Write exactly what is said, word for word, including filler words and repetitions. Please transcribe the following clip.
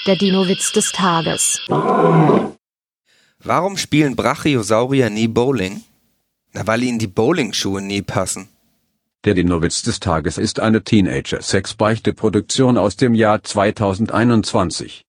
Der Dino-Witz des Tages. Warum spielen Brachiosaurier nie Bowling? Na, weil ihnen die Bowlingschuhe nie passen. Der Dino-Witz des Tages ist eine Teenager-Sex-Beichte-Produktion aus dem Jahr zweitausendeinundzwanzig.